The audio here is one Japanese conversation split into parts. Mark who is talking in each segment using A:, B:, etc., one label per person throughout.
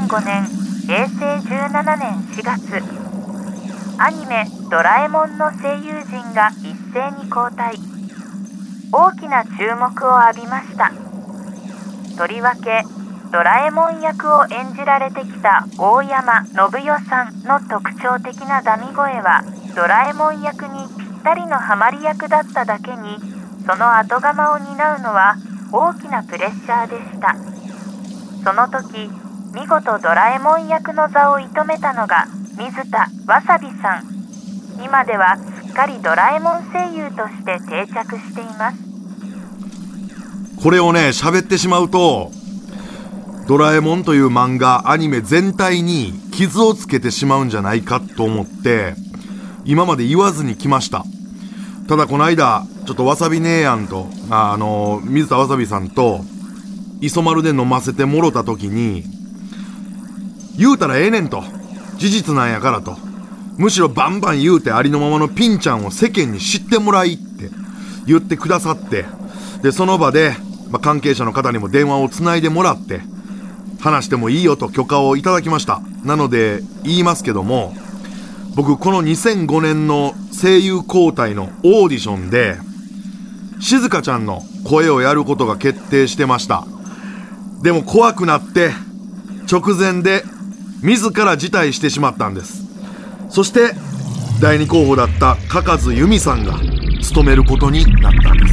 A: 2005年平成17年4月、アニメドラえもんの声優陣が一斉に交代。大きな注目を浴びました。とりわけドラえもん役を演じられてきた大山信代さんの特徴的なダミ声はドラえもん役にぴったりのハマり役だっただけに、その後釜を担うのは大きなプレッシャーでした。その時見事ドラえもん役の座を射止めたのが水田わさびさん。今ではすっかりドラえもん声優として定着しています。
B: これをね喋ってしまうと、ドラえもんという漫画アニメ全体に傷をつけてしまうんじゃないかと思って今まで言わずに来ました。ただこの間ちょっとわさび姉やんと水田わさびさんと磯丸で飲ませてもろた時に、言うたらええねんと、事実なんやからと、むしろバンバン言うてありのままのピンちゃんを世間に知ってもらいって言ってくださって、でその場で、関係者の方にも電話をつないでもらって話してもいいよと許可をいただきました。なので言いますけども、僕この2005年の声優交代のオーディションで静香ちゃんの声をやることが決定してました。でも怖くなって直前で自ら辞退してしまったんです。そして第2候補だった嘉数由美さんが務めることになったんです。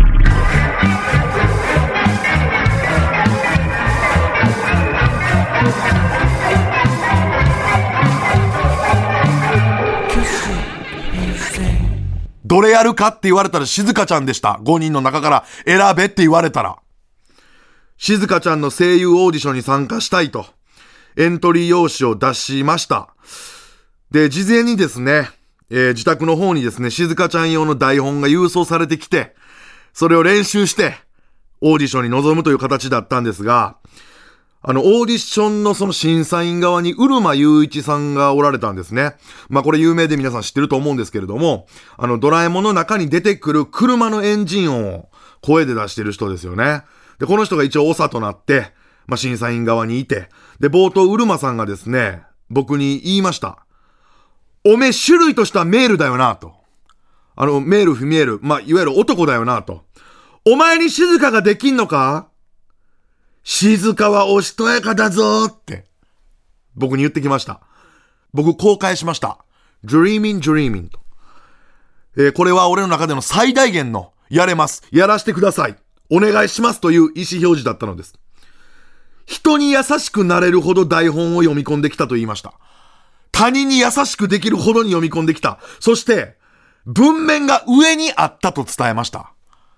B: どれやるかって言われたら静香ちゃんでした。5人の中から選べって言われたら静香ちゃんの声優オーディションに参加したいとエントリー用紙を出しました。で事前にですね、自宅の方にですね静香ちゃん用の台本が郵送されてきて、それを練習してオーディションに臨むという形だったんですが、オーディションのその審査員側にうるま雄一さんがおられたんですね。これ有名で皆さん知ってると思うんですけれども、ドラえもんの中に出てくる車のエンジン音を声で出してる人ですよね。でこの人が一応長となって、審査員側にいて、で冒頭うるまさんがですね僕に言いました。おめえ種類としたメールだよなと。メールフィメール、いわゆる男だよなと。お前に静香ができんのか？静香はおしとやかだぞって僕に言ってきました。僕こう返しました。 Dreaming Dreaming と、これは俺の中での最大限のやれます、やらせてください、お願いしますという意思表示だったのです。人に優しくなれるほど台本を読み込んできたと言いました。他人に優しくできるほどに読み込んできた。そして文面が上にあったと伝えました。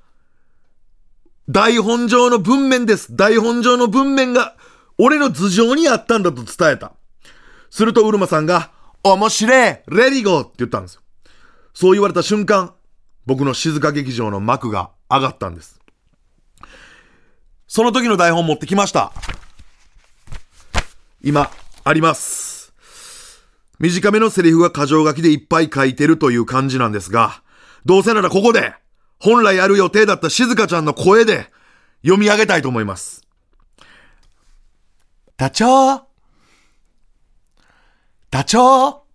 B: 台本上の文面です。台本上の文面が俺の頭上にあったんだと伝えた。するとうるまさんが面白いレディゴーって言ったんですよ。そう言われた瞬間、僕の静か劇場の幕が上がったんです。その時の台本持ってきました。今あります。短めのセリフが箇条書きでいっぱい書いてるという感じなんですが、どうせならここで本来やる予定だった静香ちゃんの声で読み上げたいと思います。ダチョウダチョウ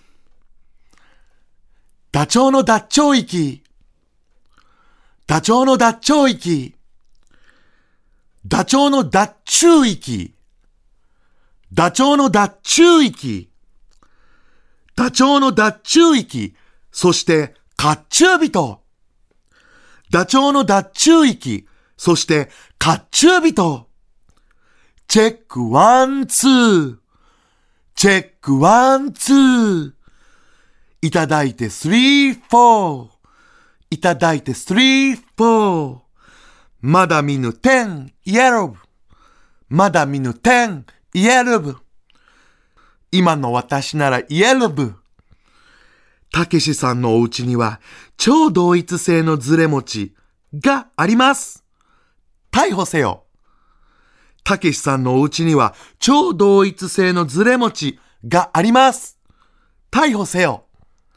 B: ダチョウのダッチョウ息、ダチョウのダッチョウ息、ダチョウのダッチュウ息、ダチョウのダッチュウ息、ダチョウのダッチュウ息、そしてカッチュウビト、ダチョウのダッチュウ息、そしてカッチュウビト、チェックワンツー、チェックワンツー、いただいてスリーフォー、いただいてスリーフォー、まだ見ぬ10イエロブ、まだ見ぬ10イエロブ、今の私ならイエロブ。たけしさんのお家には超同一性のズレ持ちがあります。逮捕せよ。たけしさんのお家には超同一性のズレ持ちがあります。逮捕せよ。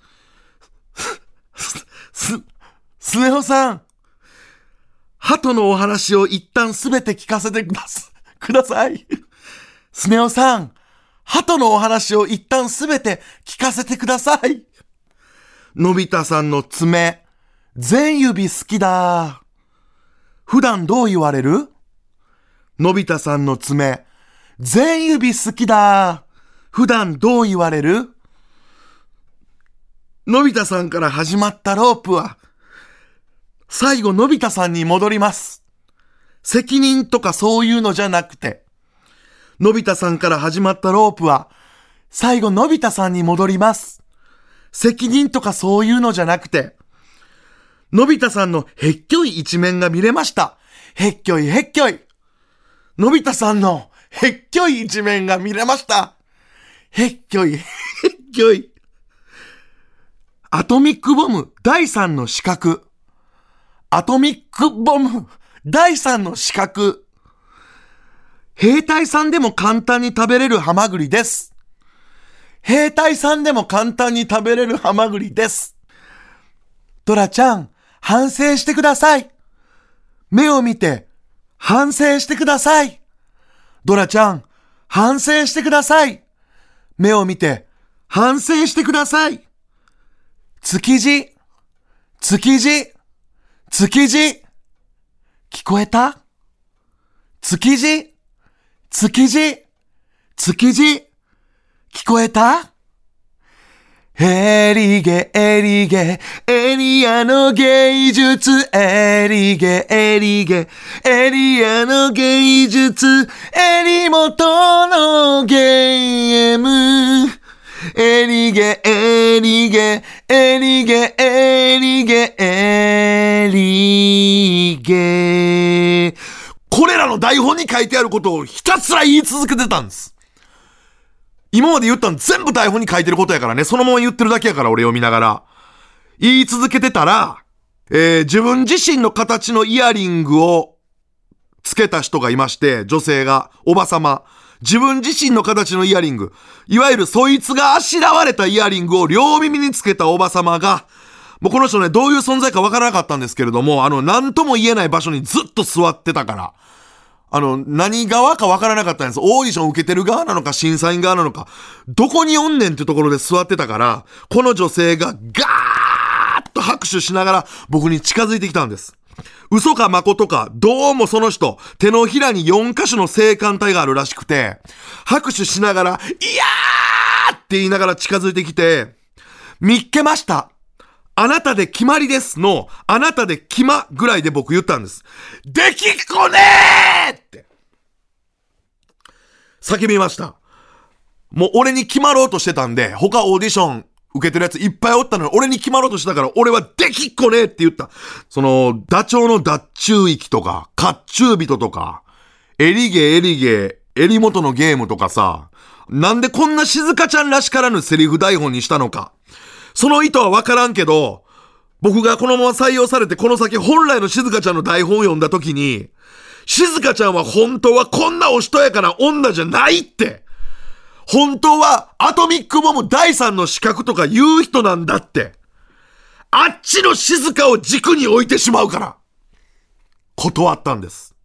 B: スネ夫さん、鳩のお話を一旦すべて聞かせてください。 スネ夫さん、鳩のお話を一旦すべて聞かせてください。のび太さんの爪、全指好きだ。普段どう言われる？のび太さんの爪、全指好きだ。普段どう言われる？のび太さんから始まったロープは、最後のび太さんに戻ります。責任とかそういうのじゃなくて、のび太さんから始まったロープは、最後のび太さんに戻ります。責任とかそういうのじゃなくて、のび太さんのへっきょい一面が見れました。へっきょいへっきょい。のび太さんのへっきょい一面が見れました。へっきょいへっきょい。アトミックボム第3の資格。アトミックボム第3の資格。兵隊さんでも簡単に食べれるハマグリです。兵隊さんでも簡単に食べれるハマグリです。ドラちゃん、反省してください。目を見て、反省してください。ドラちゃん、反省してください。目を見て、反省してください。築地、築地、築地。聞こえた？築地、築地、築地。聞こえた？エリゲ、エリゲ、エリアの芸術、エリゲ、エリゲ、エリアの芸術、エリモトのゲーム。エリゲ、エリゲ、エリゲ、エリゲ、エリゲ。これらの台本に書いてあることをひたすら言い続けてたんです。今まで言ったの全部台本に書いてることやからね、そのまま言ってるだけやから俺読みながら。言い続けてたら、自分自身の形のイヤリングをつけた人がいまして、女性が、おばさま。自分自身の形のイヤリング。いわゆるそいつがあしらわれたイヤリングを両耳につけたおばさまが、もうこの人ね、どういう存在かわからなかったんですけれども、なんとも言えない場所にずっと座ってたから、何側かわからなかったんです。オーディション受けてる側なのか、審査員側なのか、どこにおんねんってところで座ってたから、この女性がガーッと拍手しながら僕に近づいてきたんです。嘘か誠か、どうもその人、手のひらに4カ所の性感帯があるらしくて、拍手しながら、いやーって言いながら近づいてきて、見っけました。あなたで決まりですの、あなたで決まぐらいで僕言ったんです。できっこねーって叫びました。もう俺に決まろうとしてたんで、他オーディション受けてるやついっぱいおったのに俺に決まろうとしてたから、俺はできっこねーって言った。ダチョウの脱虫域とか、甲冑人とか、エリゲエリゲ、襟元のゲームとかさ、なんでこんな静香ちゃんらしからぬセリフ台本にしたのか。その意図はわからんけど、僕がこのまま採用されてこの先本来の静香ちゃんの台本を読んだ時に、静香ちゃんは本当はこんなおしとやかな女じゃないって。本当はアトミックボム第3の資格とか言う人なんだって。あっちの静香を軸に置いてしまうから。断ったんです。